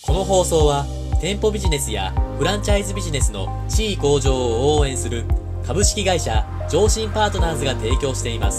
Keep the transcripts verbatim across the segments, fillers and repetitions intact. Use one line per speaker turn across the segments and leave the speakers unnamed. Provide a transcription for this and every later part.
この放送は店舗ビジネスやフランチャイズビジネスの地位向上を応援する株式会社上信パートナーズが提供しています。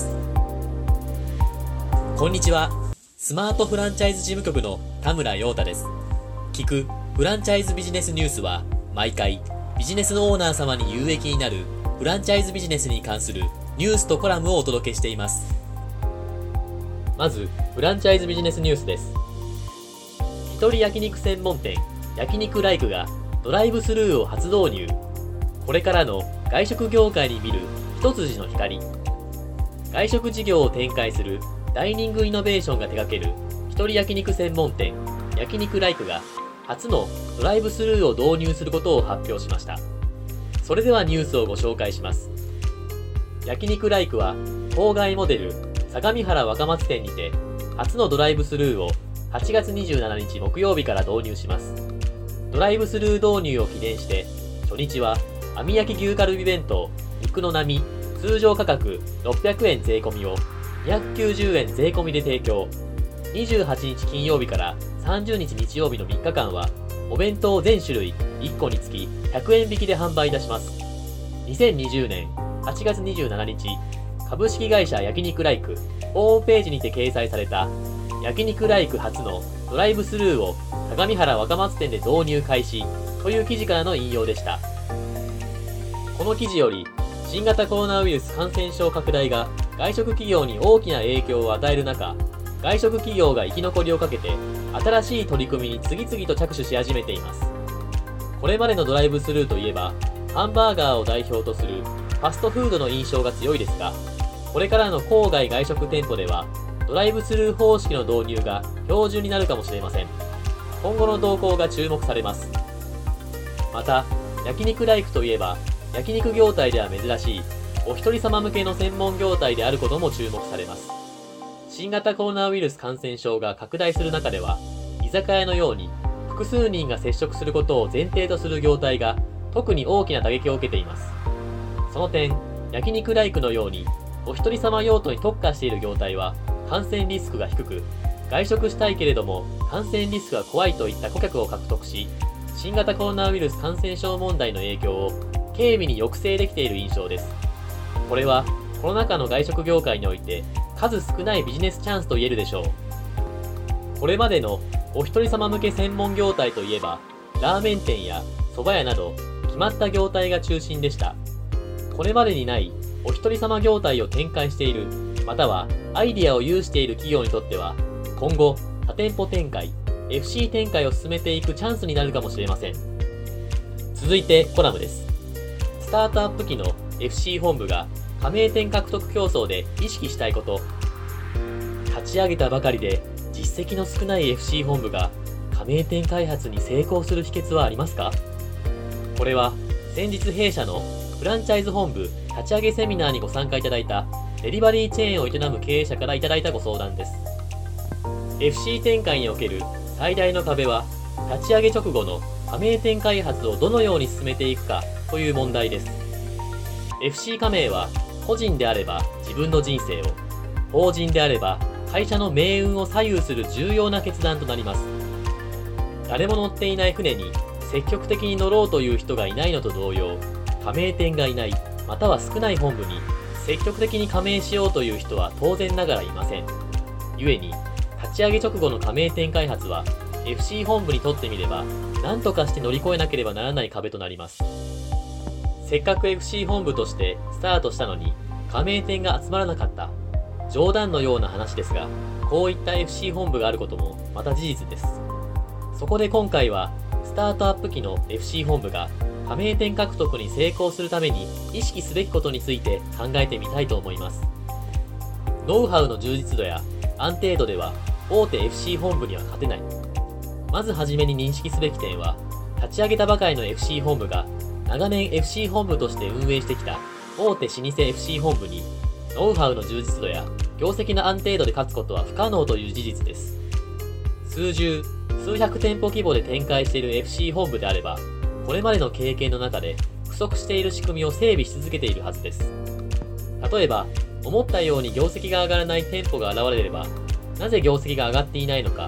こんにちは。スマートフランチャイズ事務局の田村陽太です。聞くフランチャイズビジネスニュースは毎回ビジネスオーナー様に有益になるフランチャイズビジネスに関するニュースとコラムをお届けしています。まずフランチャイズビジネスニュースです。一人焼肉専門店焼肉ライクがドライブスルーを初導入。これからの外食業界に見る一筋の光。外食事業を展開するダイニングイノベーションが手掛ける一人焼肉専門店焼肉ライクが初のドライブスルーを導入することを発表しました。それではニュースをご紹介します。焼肉ライクは郊外モデル相模原若松店にて初のドライブスルーをはちがつにじゅうしちにち木曜日から導入します。ドライブスルー導入を記念して初日は網焼き牛カルビ弁当肉の波通常価格ろっぴゃくえん税込みをにひゃくきゅうじゅうえん税込みで提供。にじゅうはちにち金曜日からさんじゅうにち日曜日のみっかかんはお弁当全種類いっこにつきひゃくえん引きで販売いたします。にせんにじゅうねんはちがつにじゅうしちにち株式会社焼肉ライクホームページにて掲載された焼肉ライク初のドライブスルーを相模原若松店で導入開始という記事からの引用でした。この記事より新型コロナウイルス感染症拡大が外食企業に大きな影響を与える中、外食企業が生き残りをかけて新しい取り組みに次々と着手し始めています。これまでのドライブスルーといえばハンバーガーを代表とするファストフードの印象が強いですが、これからの郊外外食店舗ではドライブスルー方式の導入が標準になるかもしれません。今後の動向が注目されます。また焼肉ライクといえば焼肉業態では珍しいお一人様向けの専門業態であることも注目されます。新型コロナウイルス感染症が拡大する中では居酒屋のように複数人が接触することを前提とする業態が特に大きな打撃を受けています。その点焼肉ライクのようにお一人様用途に特化している業態は感染リスクが低く、外食したいけれども感染リスクが怖いといった顧客を獲得し、新型コロナウイルス感染症問題の影響を軽微に抑制できている印象です。これはコロナ禍の外食業界において数少ないビジネスチャンスと言えるでしょう。これまでのお一人様向け専門業態といえばラーメン店や蕎麦屋など決まった業態が中心でした。これまでにないお一人様業態を展開している、またはアイディアを有している企業にとっては今後多店舗展開 エフシー 展開を進めていくチャンスになるかもしれません。続いてコラムです。スタートアップ期の エフシー 本部が加盟店獲得競争で意識したいこと。立ち上げたばかりで実績の少ない エフシー 本部が加盟店開発に成功する秘訣はありますか？これは先日弊社のフランチャイズ本部立ち上げセミナーにご参加いただいたデリバリーチェーンを営む経営者からいただいたご相談です。 エフシー 展開における最大の壁は立ち上げ直後の加盟店開発をどのように進めていくかという問題です。 エフシー 加盟は個人であれば自分の人生を、法人であれば会社の命運を左右する重要な決断となります。誰も乗っていない船に積極的に乗ろうという人がいないのと同様、加盟店がいない、または少ない本部に積極的に加盟しようという人は当然ながらいません。故に立ち上げ直後の加盟店開発は エフシー 本部にとってみれば何とかして乗り越えなければならない壁となります。せっかく エフシー 本部としてスタートしたのに加盟店が集まらなかった。冗談のような話ですが、こういった エフシー 本部があることもまた事実です。そこで今回はスタートアップ期の エフシー 本部が加盟店獲得に成功するために意識すべきことについて考えてみたいと思います。ノウハウの充実度や安定度では大手 エフシー 本部には勝てない。まずはじめに認識すべき点は、立ち上げたばかりの エフシー 本部が長年 エフシー 本部として運営してきた大手老舗 エフシー 本部にノウハウの充実度や業績の安定度で勝つことは不可能という事実です。数十、数百店舗規模で展開している エフシー 本部であれば、これまでの経験の中で不足している仕組みを整備し続けているはずです。例えば、思ったように業績が上がらない店舗が現れれば、なぜ業績が上がっていないのか、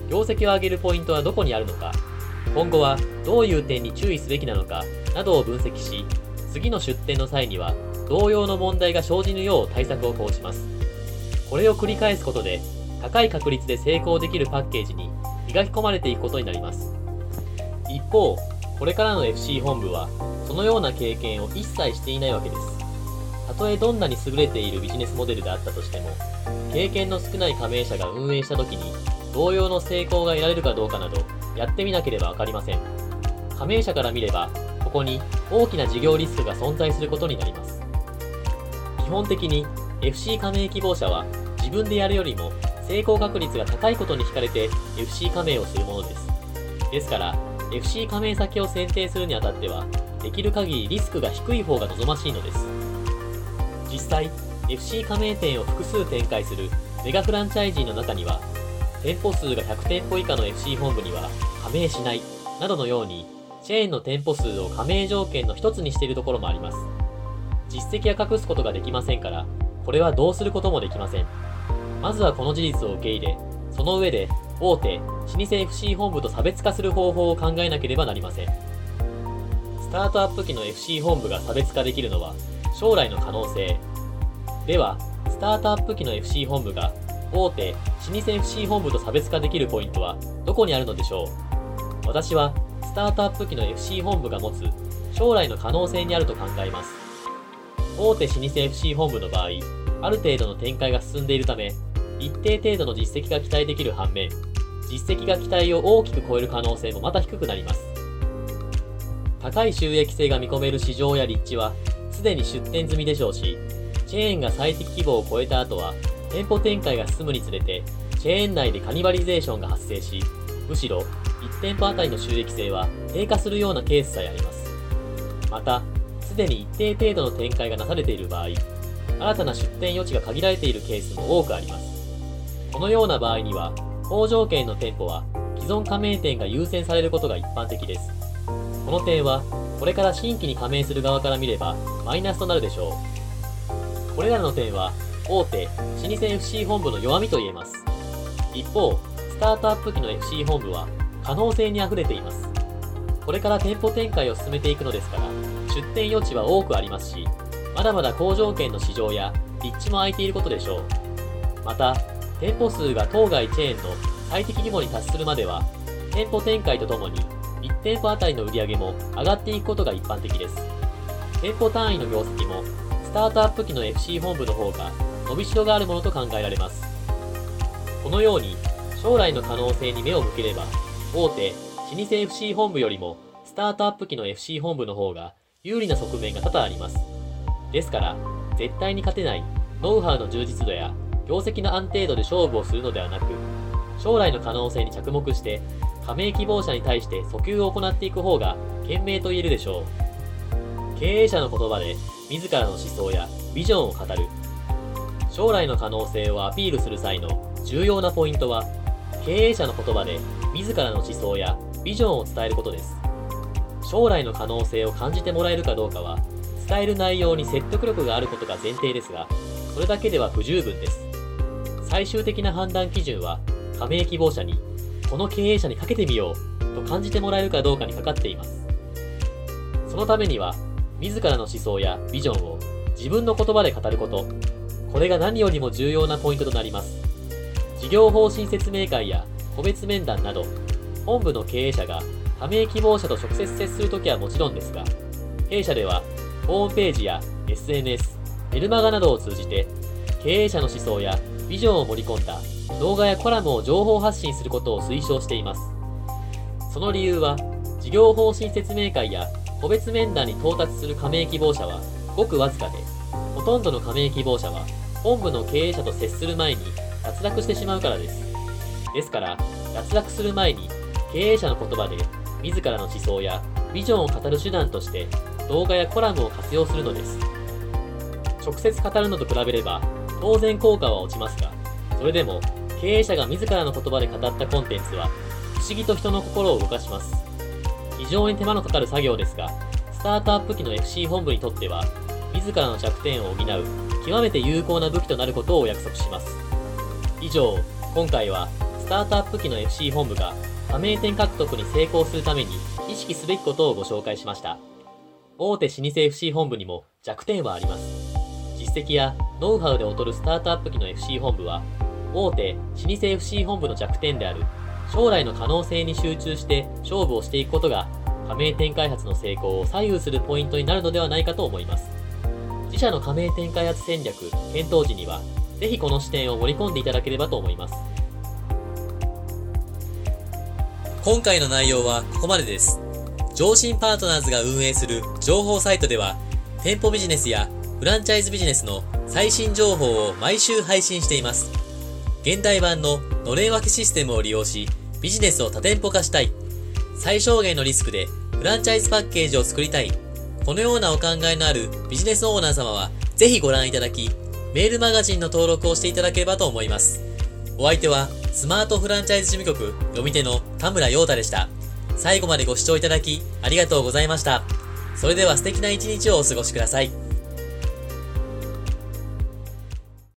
業績を上げるポイントはどこにあるのか、今後はどういう点に注意すべきなのかなどを分析し、次の出店の際には同様の問題が生じぬよう対策を講じます。これを繰り返すことで、高い確率で成功できるパッケージに磨き込まれていくことになります。一方、これからの エフシー 本部は、そのような経験を一切していないわけです。たとえどんなに優れているビジネスモデルであったとしても、経験の少ない加盟者が運営した時に、同様の成功が得られるかどうかなど、やってみなければわかりません。加盟者から見れば、ここに大きな事業リスクが存在することになります。基本的に エフシー 加盟希望者は、自分でやるよりも成功確率が高いことに惹かれて エフシー 加盟をするものです。ですから、エフシー 加盟先を選定するにあたっては、できる限りリスクが低い方が望ましいのです。実際、エフシー 加盟店を複数展開するメガフランチャイジーの中には、店舗数がひゃくてんぽ以下の エフシー 本部には加盟しないなどのように、チェーンの店舗数を加盟条件の一つにしているところもあります。実績は隠すことができませんから、これはどうすることもできません。まずはこの事実を受け入れ、その上で大手、老舗 エフシー 本部と差別化する方法を考えなければなりません。スタートアップ期の エフシー 本部が差別化できるのは将来の可能性。では、スタートアップ期の エフシー 本部が大手、老舗 エフシー 本部と差別化できるポイントはどこにあるのでしょう。私はスタートアップ期の エフシー 本部が持つ将来の可能性にあると考えます。大手老舗 エフシー 本部の場合、ある程度の展開が進んでいるため、一定程度の実績が期待できる反面、実績が期待を大きく超える可能性もまた低くなります。高い収益性が見込める市場や立地は、すでに出店済みでしょうし、チェーンが最適規模を超えた後は、店舗展開が進むにつれて、チェーン内でカニバリゼーションが発生し、むしろいち店舗あたりの収益性は低下するようなケースさえあります。また、すでに一定程度の展開がなされている場合、新たな出店余地が限られているケースも多くあります。このような場合には、好条件の店舗は既存加盟店が優先されることが一般的です。この点は、これから新規に加盟する側から見ればマイナスとなるでしょう。これらの点は、大手、老舗 エフシー 本部の弱みと言えます。一方、スタートアップ期の エフシー 本部は可能性に溢れています。これから店舗展開を進めていくのですから、出店余地は多くありますし、まだまだ好条件の市場や立地も空いていることでしょう。また、店舗数が当該チェーンの最適規模に達するまでは、店舗展開とともにいち店舗あたりの売り上げも上がっていくことが一般的です。店舗単位の業績も、スタートアップ期の エフシー 本部の方が伸びしろがあるものと考えられます。このように、将来の可能性に目を向ければ、大手、老舗 エフシー 本部よりも、スタートアップ期の エフシー 本部の方が有利な側面が多々あります。ですから、絶対に勝てないノウハウの充実度や業績の安定度で勝負をするのではなく、将来の可能性に着目して、加盟希望者に対して訴求を行っていく方が賢明と言えるでしょう。経営者の言葉で自らの思想やビジョンを語る。将来の可能性をアピールする際の重要なポイントは、経営者の言葉で自らの思想やビジョンを伝えることです。将来の可能性を感じてもらえるかどうかは、伝える内容に説得力があることが前提ですが、それだけでは不十分です。最終的な判断基準は、加盟希望者に、この経営者にかけてみようと感じてもらえるかどうかにかかっています。そのためには、自らの思想やビジョンを自分の言葉で語ること、これが何よりも重要なポイントとなります。事業方針説明会や個別面談など、本部の経営者が加盟希望者と直接接するときはもちろんですが、弊社ではホームページや エスエヌエス、メルマガなどを通じて、経営者の思想やビジョンを盛り込んだ動画やコラムを情報発信することを推奨しています。その理由は、事業方針説明会や個別面談に到達する加盟希望者はごくわずかで、ほとんどの加盟希望者は本部の経営者と接する前に脱落してしまうからです。ですから、脱落する前に経営者の言葉で自らの思想やビジョンを語る手段として動画やコラムを活用するのです。直接語るのと比べれば当然効果は落ちますが、それでも経営者が自らの言葉で語ったコンテンツは不思議と人の心を動かします。非常に手間のかかる作業ですが、スタートアップ期の エフシー 本部にとっては自らの弱点を補う極めて有効な武器となることをお約束します。以上、今回はススタートアップ期の エフシー 本部が加盟店獲得に成功するために意識すべきことをご紹介しました。大手老舗 エフシー 本部にも弱点はあります。実績やノウハウで劣るスタートアップ期の エフシー 本部は、大手老舗 エフシー 本部の弱点である将来の可能性に集中して勝負をしていくことが加盟店開発の成功を左右するポイントになるのではないかと思います。自社の加盟店開発戦略検討時には、ぜひこの視点を盛り込んでいただければと思います。今回の内容はここまでです。上信パートナーズが運営する情報サイトでは、店舗ビジネスやフランチャイズビジネスの最新情報を毎週配信しています。現代版ののれん分けシステムを利用し、ビジネスを多店舗化したい、最小限のリスクでフランチャイズパッケージを作りたい、このようなお考えのあるビジネスオーナー様はぜひご覧いただき、メールマガジンの登録をしていただければと思います。お相手はスマートフランチャイズ事務局読み手の田村陽太でした。最後までご視聴いただきありがとうございました。それでは素敵な一日をお過ごしください。